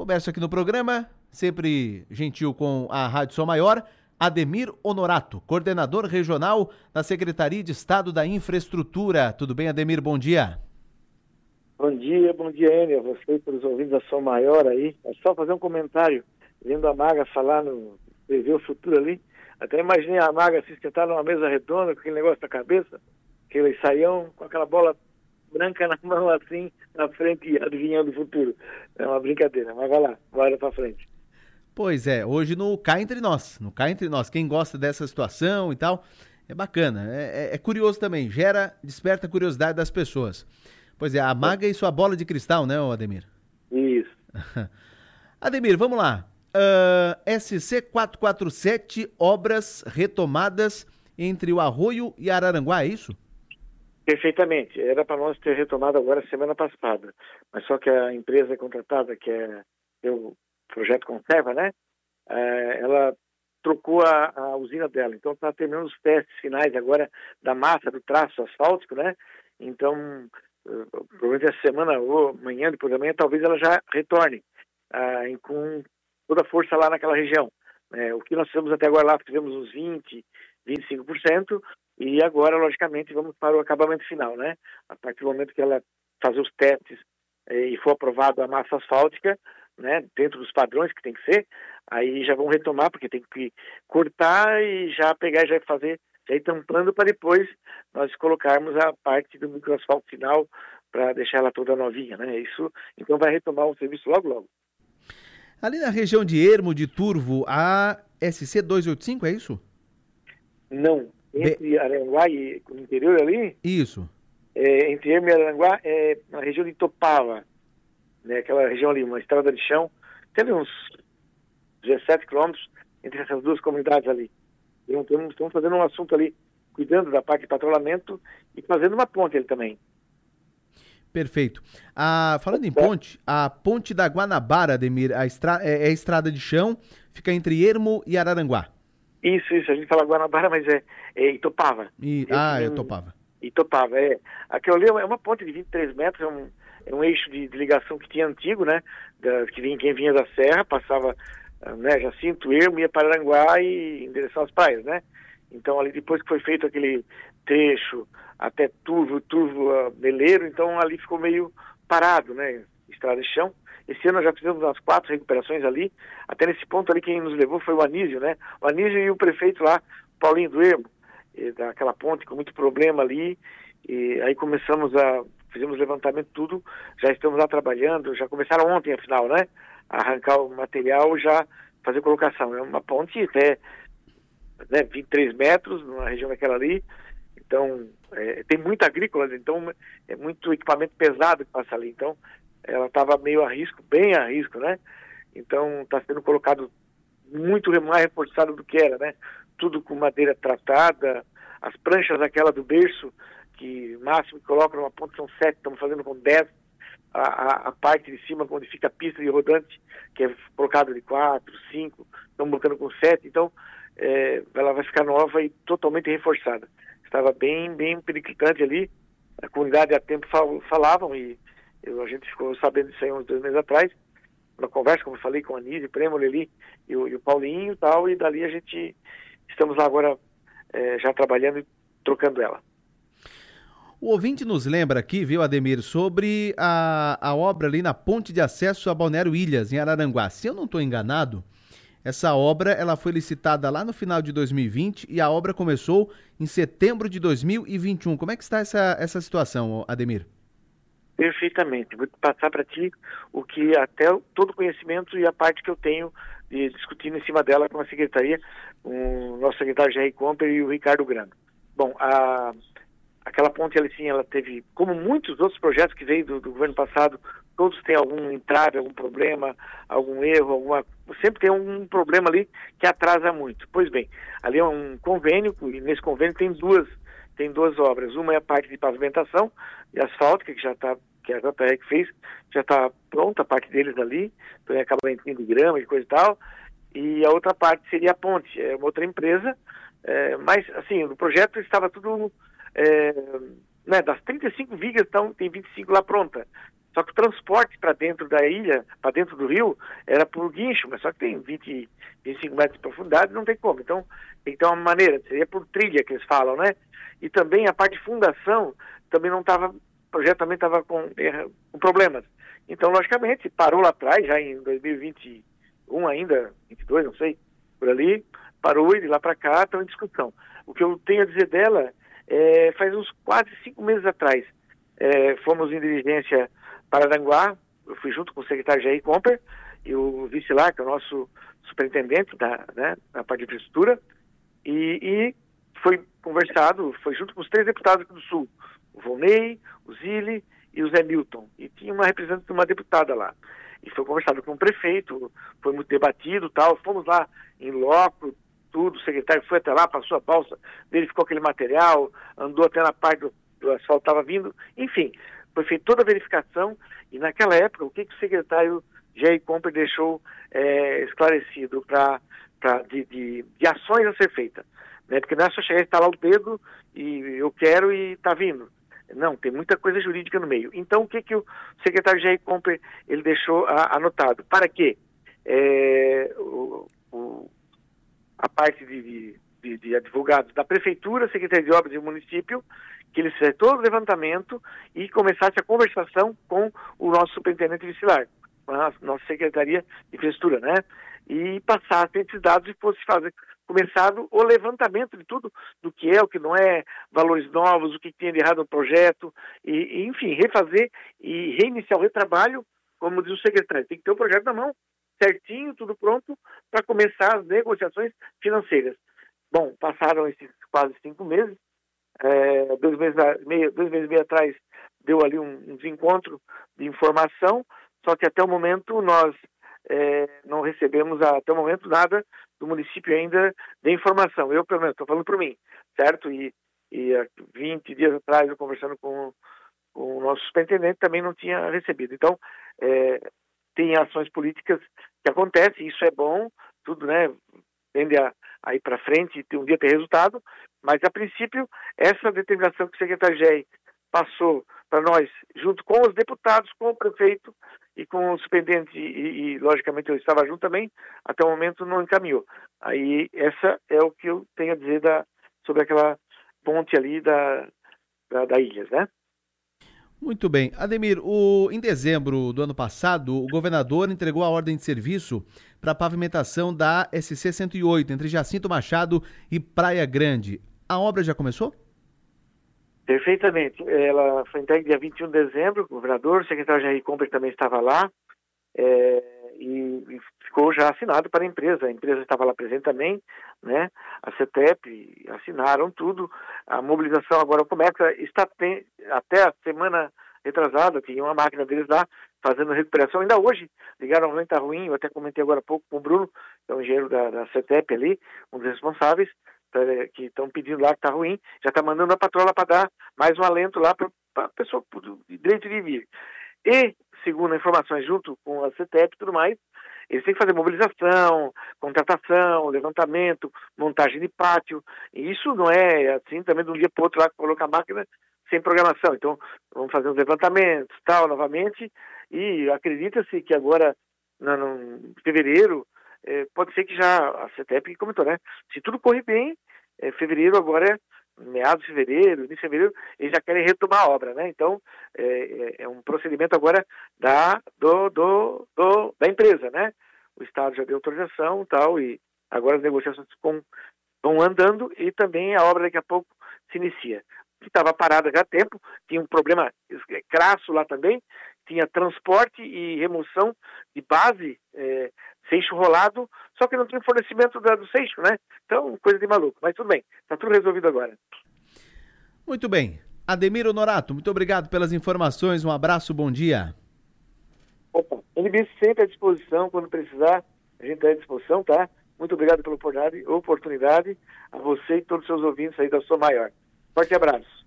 Converso aqui no programa, sempre gentil com a Rádio Som Maior, Ademir Honorato, coordenador regional da Secretaria de Estado da Infraestrutura. Tudo bem, Ademir? Bom dia. Bom dia, Enio, a você e para os ouvintes da Som Maior aí. É só fazer um comentário, vendo a Maga falar no prever o futuro ali. Até imaginei a Maga se sentar numa mesa redonda com aquele negócio na cabeça, aquele saião com aquela bola branca na mão assim, na frente e adivinhando o futuro. É uma brincadeira, mas vai lá, bora pra frente. Pois é, hoje no Cá Entre Nós, quem gosta dessa situação e tal, é bacana, é curioso também, desperta a curiosidade das pessoas. Pois é, a Maga e sua bola de cristal, né, Ademir? Isso. Ademir, vamos lá. SC 447, obras retomadas entre o Arroio e Araranguá, é isso? Perfeitamente. Era para nós ter retomado agora semana passada. Mas só que a empresa contratada, que é o Projeto Conserva, né? Ela trocou a usina dela. Então está terminando os testes finais agora da massa, do traço asfáltico, né? Então, provavelmente essa semana ou amanhã, depois da manhã, talvez ela já retorne com toda a força lá naquela região. O que nós fizemos até agora lá, tivemos uns 25%, e agora, logicamente, vamos para o acabamento final, né? A partir do momento que ela fazer os testes e for aprovado a massa asfáltica, né, dentro dos padrões que tem que ser, aí já vão retomar, porque tem que cortar e já pegar e já fazer, já ir tampando para depois nós colocarmos a parte do microasfalto final para deixar ela toda novinha, né? Isso, então vai retomar o serviço logo. Ali na região de Ermo, de Turvo, a SC 285, é isso? Não. Entre Araranguá e o interior ali? Isso. Entre Ermo e Araranguá é na região de Itopava, né? Aquela região ali, uma estrada de chão. Teve uns 17 quilômetros entre essas duas comunidades ali. Estamos fazendo um assunto ali, cuidando da parte de patrulhamento e fazendo uma ponte ali também. Perfeito. Falando em ponte, a ponte da Guanabara, Ademir, é estrada de chão, fica entre Ermo e Araranguá. Isso, a gente fala Guanabara, mas é Itopava. Itopava. Itopava, Aquilo ali é uma ponte de 23 metros, é um eixo de ligação que tinha antigo, né? Quem vinha da Serra, passava, né, Jacinto, Ermo, ia para Aranguá e em direção às praias, né? Então ali depois que foi feito aquele trecho até Turvo, Meleiro, então ali ficou meio parado, né? Estrada de chão. Esse ano nós já fizemos umas 4 recuperações ali. Até nesse ponto ali quem nos levou foi o Anísio, né? O Anísio e o prefeito lá, Paulinho do Ermo, daquela ponte com muito problema ali. E aí fizemos levantamento tudo, já estamos lá trabalhando, já começaram ontem, afinal, né? A arrancar o material, já fazer colocação. É uma ponte até 23 metros, numa região daquela ali. Então, tem muita agrícola, então é muito equipamento pesado que passa ali. Então, ela estava meio bem a risco, né? Então, está sendo colocado muito mais reforçado do que era, né? Tudo com madeira tratada, as pranchas aquela do berço, que máximo que colocam numa ponte são 7, estamos fazendo com 10. A parte de cima, onde fica a pista de rodante, que é colocado de 4, 5, estamos botando com 7, então ela vai ficar nova e totalmente reforçada. Estava bem periclitante ali, a comunidade há tempo falavam e a gente ficou sabendo disso aí uns 2 meses atrás, na conversa, como eu falei, com a Anísio, o Prêmolo ali e o Paulinho e tal, e dali estamos lá agora já trabalhando e trocando ela. O ouvinte nos lembra aqui, viu, Ademir, sobre a obra ali na ponte de acesso a Balneário Ilhas, em Araranguá. Se eu não estou enganado, essa obra ela foi licitada lá no final de 2020 e a obra começou em setembro de 2021. Como é que está essa situação, Ademir? Perfeitamente. Vou passar para ti todo o conhecimento e a parte que eu tenho de discutindo em cima dela com a secretaria, com o nosso secretário Jair Comper e o Ricardo Grando. Bom, aquela ponte, ela teve, como muitos outros projetos que veio do governo passado, todos têm algum entrave, algum problema, algum erro, sempre tem um problema ali que atrasa muito. Pois bem, ali é um convênio, e nesse convênio tem duas obras. Uma é a parte de pavimentação e asfáltica, que a JR que fez, já está pronta a parte deles ali, então é acabamento de grama e coisa e tal, e a outra parte seria a ponte, é uma outra empresa, mas assim, o projeto estava tudo... das 35 vigas, então tem 25 lá pronta. Só que o transporte para dentro da ilha, para dentro do rio, era por guincho, mas só que tem 20, 25 metros de profundidade, não tem como. Então, tem que ter uma maneira, seria por trilha que eles falam, né? E também a parte de fundação também não estava, o projeto também estava com problemas. Então, logicamente, parou lá atrás, já em 2021 ainda, 22, não sei, por ali, parou e de lá para cá estão em discussão. O que eu tenho a dizer dela faz uns quase 5 meses atrás, fomos em diligência para Aranguá, eu fui junto com o secretário Jair Comper e o vice lá, que é o nosso superintendente da parte de infraestrutura, e foi conversado, foi junto com os 3 deputados aqui do Sul, o Volney, o Zilli e o Zé Milton, e tinha uma representante de uma deputada lá. E foi conversado com o prefeito, foi muito debatido tal, fomos lá em loco, tudo, o secretário foi até lá, passou a balsa, verificou aquele material, andou até na parte do asfalto estava vindo, enfim, foi feita toda a verificação, e naquela época, o que o secretário Jair Comper deixou esclarecido de ações a ser feitas, né? Porque não é só chegar e instalar o dedo e eu quero e está vindo. Não, tem muita coisa jurídica no meio. Então, o que o secretário Jair Comper ele deixou anotado? Para que a parte de advogados da Prefeitura, Secretaria de Obras e município, que eles fizessem todo o levantamento e começasse a conversação com o nosso superintendente vice-lar, com a nossa Secretaria de Infraestrutura, né? E passassem esses dados e fosse começado o levantamento de tudo, do que é, o que não é, valores novos, o que tinha de errado no projeto, e enfim, refazer e reiniciar o retrabalho, como diz o secretário, tem que ter o projeto na mão, certinho, tudo pronto, para começar as negociações financeiras. Bom, passaram esses quase 5 meses, 2 meses e meio atrás deu ali um desencontro de informação, só que até o momento nós não recebemos até o momento nada do município ainda de informação. Eu, pelo menos, estou falando por mim, certo? E há 20 dias atrás, eu conversando com o nosso superintendente, também não tinha recebido. Então, tem ações políticas que acontecem, isso é bom, tudo, né? Tende a ir para frente e um dia ter resultado, mas, a princípio, essa determinação que o secretário Jair passou para nós, junto com os deputados, com o prefeito e com o superintendente, e logicamente eu estava junto também, até o momento não encaminhou. Aí essa é o que eu tenho a dizer sobre aquela ponte ali da Ilhas, né? Muito bem. Ademir, em dezembro do ano passado, o governador entregou a ordem de serviço para a pavimentação da SC 108, entre Jacinto Machado e Praia Grande. A obra já começou? Perfeitamente. Ela foi entregue dia 21 de dezembro, o governador, o secretário Jair Comper também estava lá, e ficou já assinado para a empresa estava lá presente também, né? A CETEP, assinaram tudo, a mobilização agora começa, até a semana retrasada, tinha uma máquina deles lá fazendo recuperação, ainda hoje, ligaram lá em Tarruim, eu até comentei agora há pouco com o Bruno, que é o engenheiro da CETEP ali, um dos responsáveis, que estão pedindo lá que está ruim, já está mandando a patroa para dar mais um alento lá para a pessoa de direito de vir. E, segundo informações junto com a CETEP e tudo mais, eles têm que fazer mobilização, contratação, levantamento, montagem de pátio, e isso não é assim também de um dia para o outro lá colocar a máquina sem programação. Então, vamos fazer os levantamentos, tal, novamente, e acredita-se que agora, em fevereiro, pode ser que já a CETEP comentou, né? Se tudo correr bem, fevereiro agora, meados de fevereiro, início de fevereiro, eles já querem retomar a obra, né? Então, é um procedimento agora da empresa, né? O Estado já deu autorização e tal, e agora as negociações vão andando e também a obra daqui a pouco se inicia. Que estava parada já há tempo, tinha um problema crasso lá também, tinha transporte e remoção de base, seixo rolado, só que não tinha fornecimento do seixo, né? Então, coisa de maluco. Mas tudo bem, está tudo resolvido agora. Muito bem. Ademir Honorato, muito obrigado pelas informações, um abraço, bom dia. Opa, NB sempre à disposição, quando precisar, a gente está à disposição, tá? Muito obrigado pela oportunidade, a você e todos os seus ouvintes aí da Sou Maior. Forte abraço.